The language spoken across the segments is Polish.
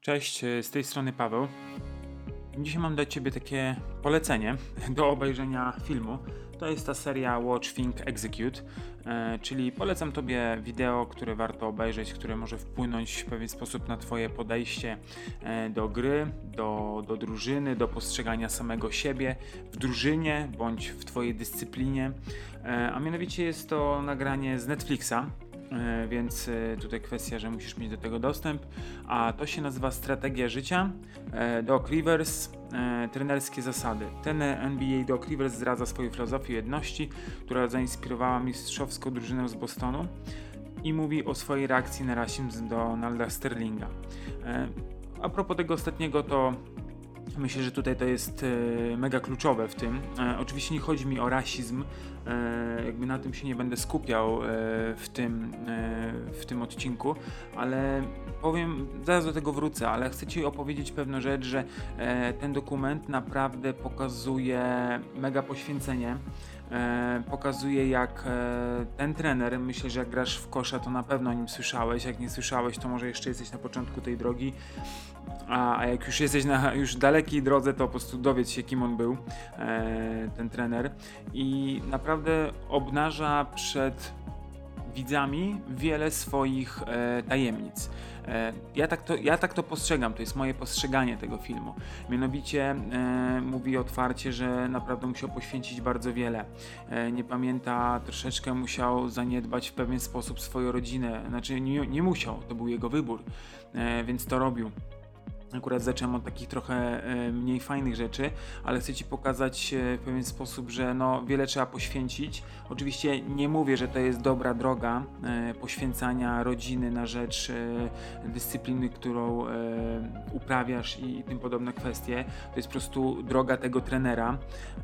Cześć, z tej strony Paweł. Dzisiaj mam dla Ciebie takie polecenie do obejrzenia filmu. To jest ta seria Watch, Think, Execute, czyli polecam Tobie wideo, które warto obejrzeć, które może wpłynąć w pewien sposób na Twoje podejście do gry, do drużyny, do postrzegania samego siebie w drużynie bądź w Twojej dyscyplinie. A mianowicie jest to nagranie z Netflixa. Więc tutaj kwestia, że musisz mieć do tego dostęp, a to się nazywa Strategia Życia. Doc Rivers, trenerskie zasady. Ten NBA Doc Rivers zdradza swoją filozofię jedności, która zainspirowała mistrzowską drużynę z Bostonu i mówi o swojej reakcji na rasizm Donalda Sterlinga. A propos tego ostatniego, to myślę, że tutaj to jest mega kluczowe w tym. Oczywiście nie chodzi mi o rasizm, jakby na tym się nie będę skupiał w tym odcinku, ale powiem, zaraz do tego wrócę, ale chcę Ci opowiedzieć pewną rzecz, że ten dokument naprawdę pokazuje mega poświęcenie. Pokazuje jak ten trener, myślę, że jak grasz w kosza, to na pewno o nim słyszałeś, jak nie słyszałeś, to może jeszcze jesteś na początku tej drogi, a jak już jesteś na już dalekiej drodze, to po prostu dowiedz się, kim on był, ten trener, i naprawdę obnaża przed widzami wiele swoich tajemnic. Ja tak to postrzegam, to jest moje postrzeganie tego filmu. Mianowicie mówi otwarcie, że naprawdę musiał poświęcić bardzo wiele. Nie pamięta, troszeczkę musiał zaniedbać w pewien sposób swoją rodzinę. Znaczy nie musiał, to był jego wybór, więc to robił. Akurat zacząłem od takich trochę mniej fajnych rzeczy, ale chcę Ci pokazać w pewien sposób, że wiele trzeba poświęcić. Oczywiście nie mówię, że to jest dobra droga poświęcania rodziny na rzecz dyscypliny, którą uprawiasz i tym podobne kwestie. To jest po prostu droga tego trenera.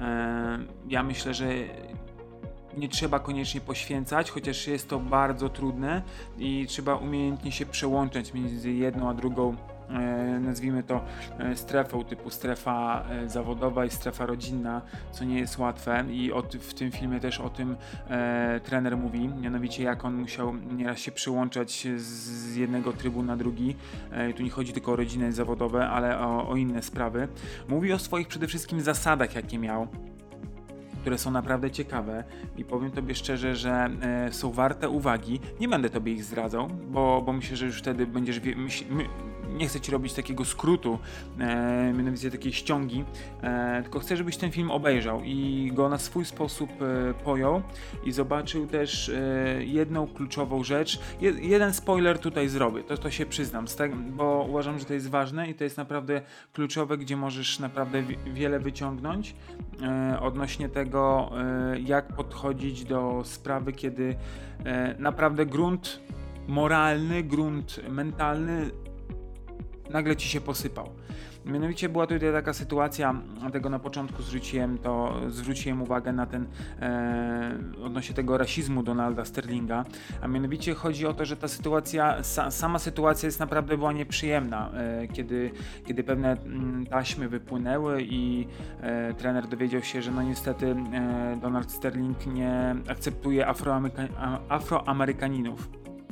Ja myślę, że nie trzeba koniecznie poświęcać, chociaż jest to bardzo trudne i trzeba umiejętnie się przełączać między jedną a drugą, nazwijmy to strefą, typu strefa zawodowa i strefa rodzinna, co nie jest łatwe, i w tym filmie też o tym trener mówi, mianowicie jak on musiał nieraz się przyłączać z jednego trybu na drugi. Tu nie chodzi tylko o rodzinę zawodowe, ale o inne sprawy. Mówi o swoich przede wszystkim zasadach, jakie miał, które są naprawdę ciekawe i powiem Tobie szczerze, że są warte uwagi. Nie będę Tobie ich zdradzał, bo myślę, że już wtedy będziesz nie chcę Ci robić takiego skrótu, mianowicie takiej ściągi, tylko chcę, żebyś ten film obejrzał i go na swój sposób pojął i zobaczył też jedną kluczową rzecz. Jeden spoiler tutaj zrobię, to się przyznam, bo uważam, że to jest ważne i to jest naprawdę kluczowe, gdzie możesz naprawdę wiele wyciągnąć odnośnie tego, jak podchodzić do sprawy, kiedy naprawdę grunt moralny, grunt mentalny nagle Ci się posypał. Mianowicie była tutaj taka sytuacja, dlatego na początku zwróciłem uwagę na ten odnośnie tego rasizmu Donalda Sterlinga, a mianowicie chodzi o to, że ta sytuacja, sama sytuacja jest naprawdę była nieprzyjemna, kiedy pewne taśmy wypłynęły i trener dowiedział się, że niestety Donald Sterling nie akceptuje Afroamerykaninów.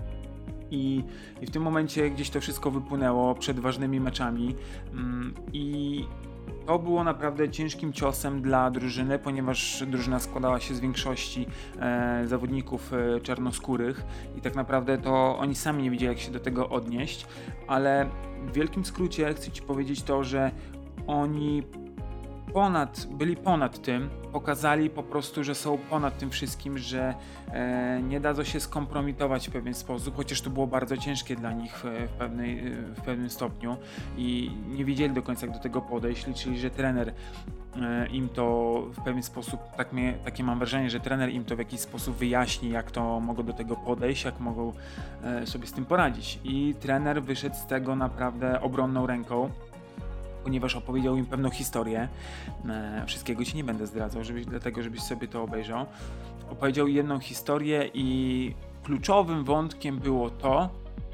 I w tym momencie gdzieś to wszystko wypłynęło przed ważnymi meczami i to było naprawdę ciężkim ciosem dla drużyny, ponieważ drużyna składała się z większości zawodników czarnoskórych i tak naprawdę to oni sami nie wiedzieli, jak się do tego odnieść, ale w wielkim skrócie chcę Ci powiedzieć to, że oni byli ponad tym, pokazali po prostu, że są ponad tym wszystkim, że nie dadzą się skompromitować w pewien sposób, chociaż to było bardzo ciężkie dla nich w pewnym stopniu i nie wiedzieli do końca, jak do tego podejść. Liczyli, że trener im to w pewien sposób, takie mam wrażenie, że trener im to w jakiś sposób wyjaśni, jak to mogą do tego podejść, jak mogą sobie z tym poradzić, i trener wyszedł z tego naprawdę obronną ręką, ponieważ opowiedział im pewną historię. Wszystkiego Ci nie będę zdradzał, dlatego żebyś sobie to obejrzał. Opowiedział jedną historię i kluczowym wątkiem było to,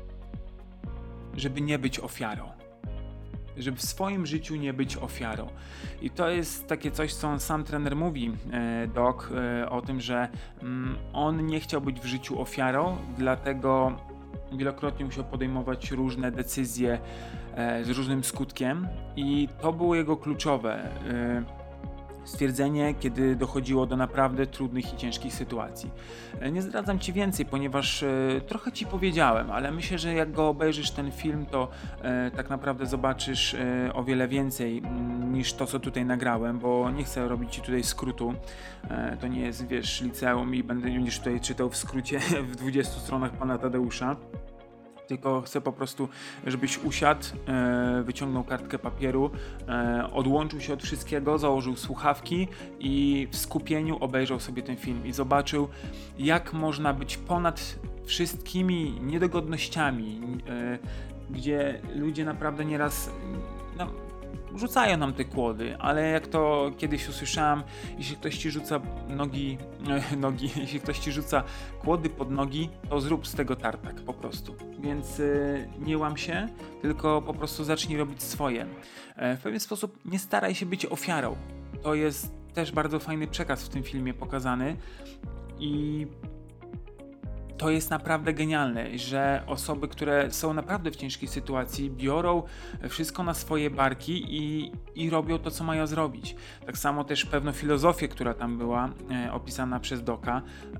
żeby nie być ofiarą. Żeby w swoim życiu nie być ofiarą. I to jest takie coś, co sam trener mówi, Doc, o tym, że on nie chciał być w życiu ofiarą, dlatego wielokrotnie musiał podejmować różne decyzje z różnym skutkiem i to było jego kluczowe stwierdzenie, kiedy dochodziło do naprawdę trudnych i ciężkich sytuacji. Nie zdradzam Ci więcej, ponieważ trochę Ci powiedziałem, ale myślę, że jak go obejrzysz ten film, to tak naprawdę zobaczysz o wiele więcej niż to, co tutaj nagrałem, bo nie chcę robić Ci tutaj skrótu. To nie jest, wiesz, liceum i będziesz tutaj czytał w skrócie w 20 stronach pana Tadeusza. Tylko chcę po prostu, żebyś usiadł, wyciągnął kartkę papieru, odłączył się od wszystkiego, założył słuchawki i w skupieniu obejrzał sobie ten film i zobaczył, jak można być ponad wszystkimi niedogodnościami, gdzie ludzie naprawdę nieraz rzucają nam te kłody, ale jak to kiedyś usłyszałem, jeśli ktoś ci rzuca jeśli ktoś ci rzuca kłody pod nogi, to zrób z tego tartak po prostu. Więc nie łam się, tylko po prostu zacznij robić swoje. W pewien sposób nie staraj się być ofiarą. To jest też bardzo fajny przekaz w tym filmie pokazany i to jest naprawdę genialne, że osoby, które są naprawdę w ciężkiej sytuacji, biorą wszystko na swoje barki i robią to, co mają zrobić. Tak samo też pewną filozofię, która tam była opisana przez Doka,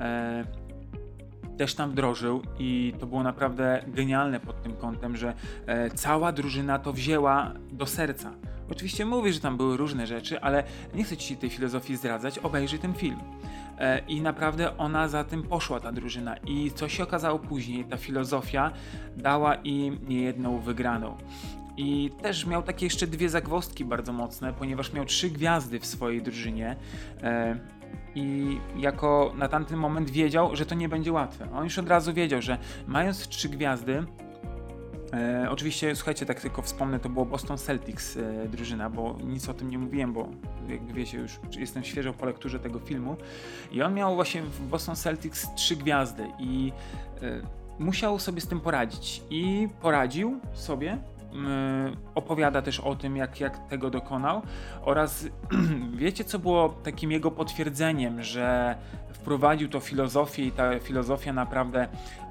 też tam wdrożył i to było naprawdę genialne pod tym kątem, że cała drużyna to wzięła do serca. Oczywiście mówię, że tam były różne rzeczy, ale nie chcę Ci tej filozofii zdradzać, obejrzyj ten film. I naprawdę ona za tym poszła, ta drużyna. I co się okazało później, ta filozofia dała im niejedną wygraną. I też miał takie jeszcze 2 zagwozdki bardzo mocne, ponieważ miał 3 gwiazdy w swojej drużynie. I jako na tamten moment wiedział, że to nie będzie łatwe. On już od razu wiedział, że mając 3 gwiazdy, oczywiście, słuchajcie, tak tylko wspomnę, to było Boston Celtics drużyna, bo nic o tym nie mówiłem, bo jak wiecie, już jestem świeżo po lekturze tego filmu. I on miał właśnie w Boston Celtics 3 gwiazdy i musiał sobie z tym poradzić. I poradził sobie. Opowiada też o tym, jak tego dokonał oraz wiecie, co było takim jego potwierdzeniem, że wprowadził tą filozofię i ta filozofia naprawdę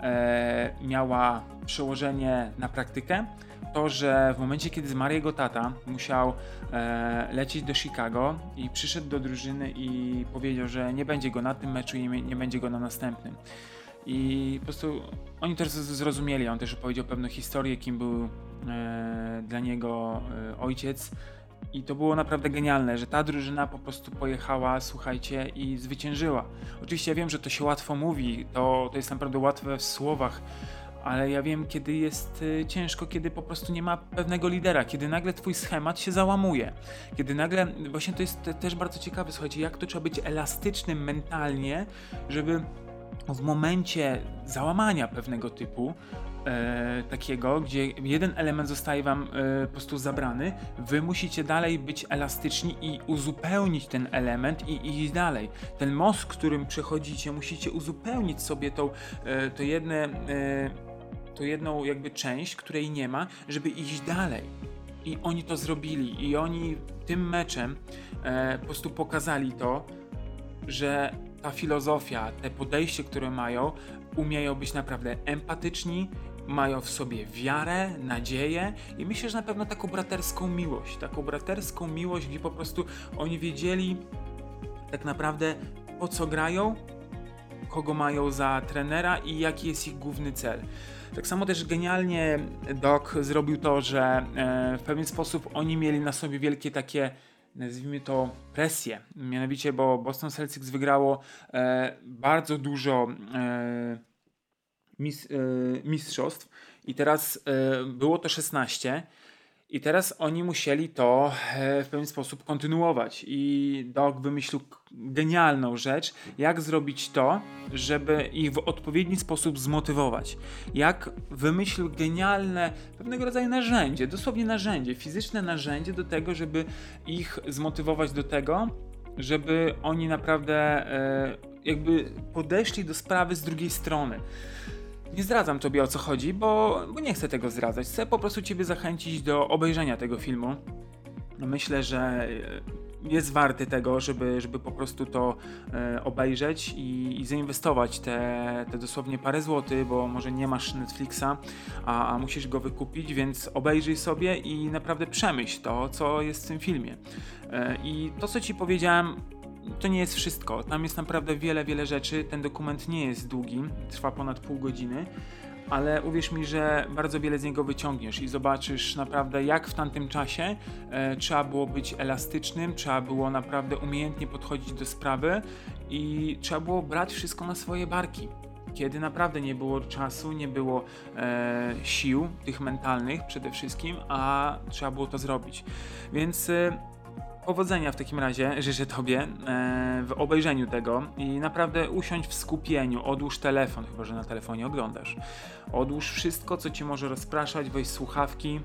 miała przełożenie na praktykę? To, że w momencie, kiedy zmarł jego tata, musiał lecieć do Chicago i przyszedł do drużyny i powiedział, że nie będzie go na tym meczu i nie będzie go na następnym. I po prostu oni też zrozumieli, on też opowiedział pewną historię, kim był dla niego ojciec i to było naprawdę genialne, że ta drużyna po prostu pojechała, słuchajcie, i zwyciężyła. Oczywiście ja wiem, że to się łatwo mówi, to jest naprawdę łatwe w słowach, ale ja wiem, kiedy jest ciężko, kiedy po prostu nie ma pewnego lidera, kiedy nagle twój schemat się załamuje, kiedy nagle, właśnie to jest też bardzo ciekawe, słuchajcie, jak to trzeba być elastycznym mentalnie, żeby w momencie załamania pewnego typu, takiego, gdzie jeden element zostaje wam po prostu zabrany, wy musicie dalej być elastyczni i uzupełnić ten element i iść dalej. Ten most, którym przechodzicie, musicie uzupełnić sobie tą jedną jakby część, której nie ma, żeby iść dalej. I oni to zrobili i oni tym meczem po prostu pokazali to, że ta filozofia, te podejście, które mają, umieją być naprawdę empatyczni, mają w sobie wiarę, nadzieję i myślę, że na pewno taką braterską miłość, gdzie po prostu oni wiedzieli tak naprawdę po co grają, kogo mają za trenera i jaki jest ich główny cel. Tak samo też genialnie Doc zrobił to, że w pewien sposób oni mieli na sobie wielkie takie, nazwijmy to, presję. Mianowicie, bo Boston Celtics wygrało bardzo dużo mistrzostw i teraz było to 16 i teraz oni musieli to w pewien sposób kontynuować i Doc wymyślił genialną rzecz, jak zrobić to, żeby ich w odpowiedni sposób zmotywować. Jak wymyślił genialne pewnego rodzaju narzędzie, dosłownie narzędzie, fizyczne narzędzie do tego, żeby ich zmotywować do tego, żeby oni naprawdę jakby podeszli do sprawy z drugiej strony. Nie zdradzam tobie, o co chodzi, bo nie chcę tego zdradzać. Chcę po prostu ciebie zachęcić do obejrzenia tego filmu. Myślę, że jest warty tego, żeby po prostu to obejrzeć i zainwestować te dosłownie parę złotych, bo może nie masz Netflixa, a musisz go wykupić, więc obejrzyj sobie i naprawdę przemyśl to, co jest w tym filmie. I to, co ci powiedziałem, to nie jest wszystko. Tam jest naprawdę wiele rzeczy. Ten dokument nie jest długi, trwa ponad pół godziny, ale uwierz mi, że bardzo wiele z niego wyciągniesz i zobaczysz naprawdę, jak w tamtym czasie trzeba było być elastycznym, trzeba było naprawdę umiejętnie podchodzić do sprawy i trzeba było brać wszystko na swoje barki. Kiedy naprawdę nie było czasu, nie było sił, tych mentalnych przede wszystkim, a trzeba było to zrobić. Więc powodzenia w takim razie życzę Tobie w obejrzeniu tego i naprawdę usiądź w skupieniu, odłóż telefon, chyba że na telefonie oglądasz. Odłóż wszystko, co Cię może rozpraszać, weź słuchawki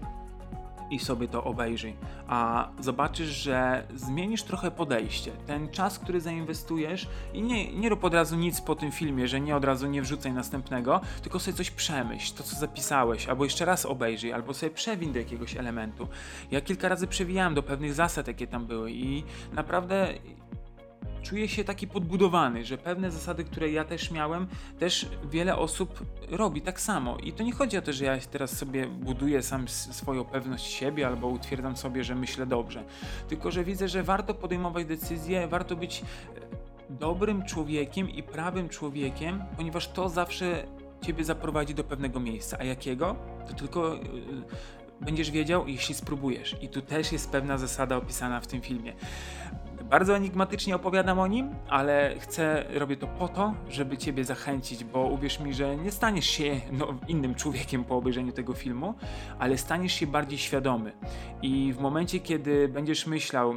i sobie to obejrzyj. A zobaczysz, że zmienisz trochę podejście. Ten czas, który zainwestujesz i nie rób od razu nic po tym filmie, że nie od razu nie wrzucaj następnego, tylko sobie coś przemyśl, to co zapisałeś, albo jeszcze raz obejrzyj, albo sobie przewiń do jakiegoś elementu. Ja kilka razy przewijałem do pewnych zasad, jakie tam były i naprawdę czuję się taki podbudowany, że pewne zasady, które ja też miałem, też wiele osób robi tak samo. I to nie chodzi o to, że ja teraz sobie buduję sam swoją pewność siebie albo utwierdzam sobie, że myślę dobrze. Tylko, że widzę, że warto podejmować decyzje, warto być dobrym człowiekiem i prawym człowiekiem, ponieważ to zawsze Ciebie zaprowadzi do pewnego miejsca. A jakiego? To tylko będziesz wiedział, jeśli spróbujesz. I tu też jest pewna zasada opisana w tym filmie. Bardzo enigmatycznie opowiadam o nim, ale robię to po to, żeby Ciebie zachęcić, bo uwierz mi, że nie staniesz się innym człowiekiem po obejrzeniu tego filmu, ale staniesz się bardziej świadomy. I w momencie, kiedy będziesz myślał,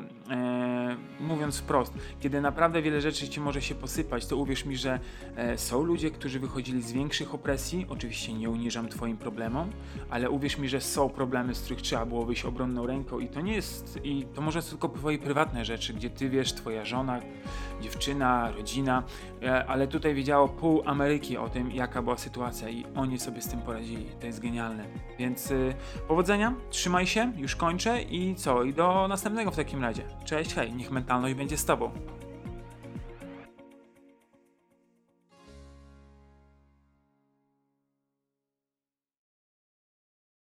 mówiąc wprost, kiedy naprawdę wiele rzeczy Ci może się posypać, to uwierz mi, że są ludzie, którzy wychodzili z większych opresji. Oczywiście nie uniżam Twoim problemom, ale uwierz mi, że są problemy, z których trzeba było wyjść obronną ręką i to nie jest, i to może tylko Twoje prywatne rzeczy, gdzie Ty wiesz, Twoja żona, dziewczyna, rodzina, ale tutaj wiedziało pół Ameryki o tym, jaka była sytuacja i oni sobie z tym poradzili. To jest genialne. Więc powodzenia, trzymaj się, już kończę i co? I do następnego w takim razie. Cześć, hej, niech mentalność będzie z Tobą.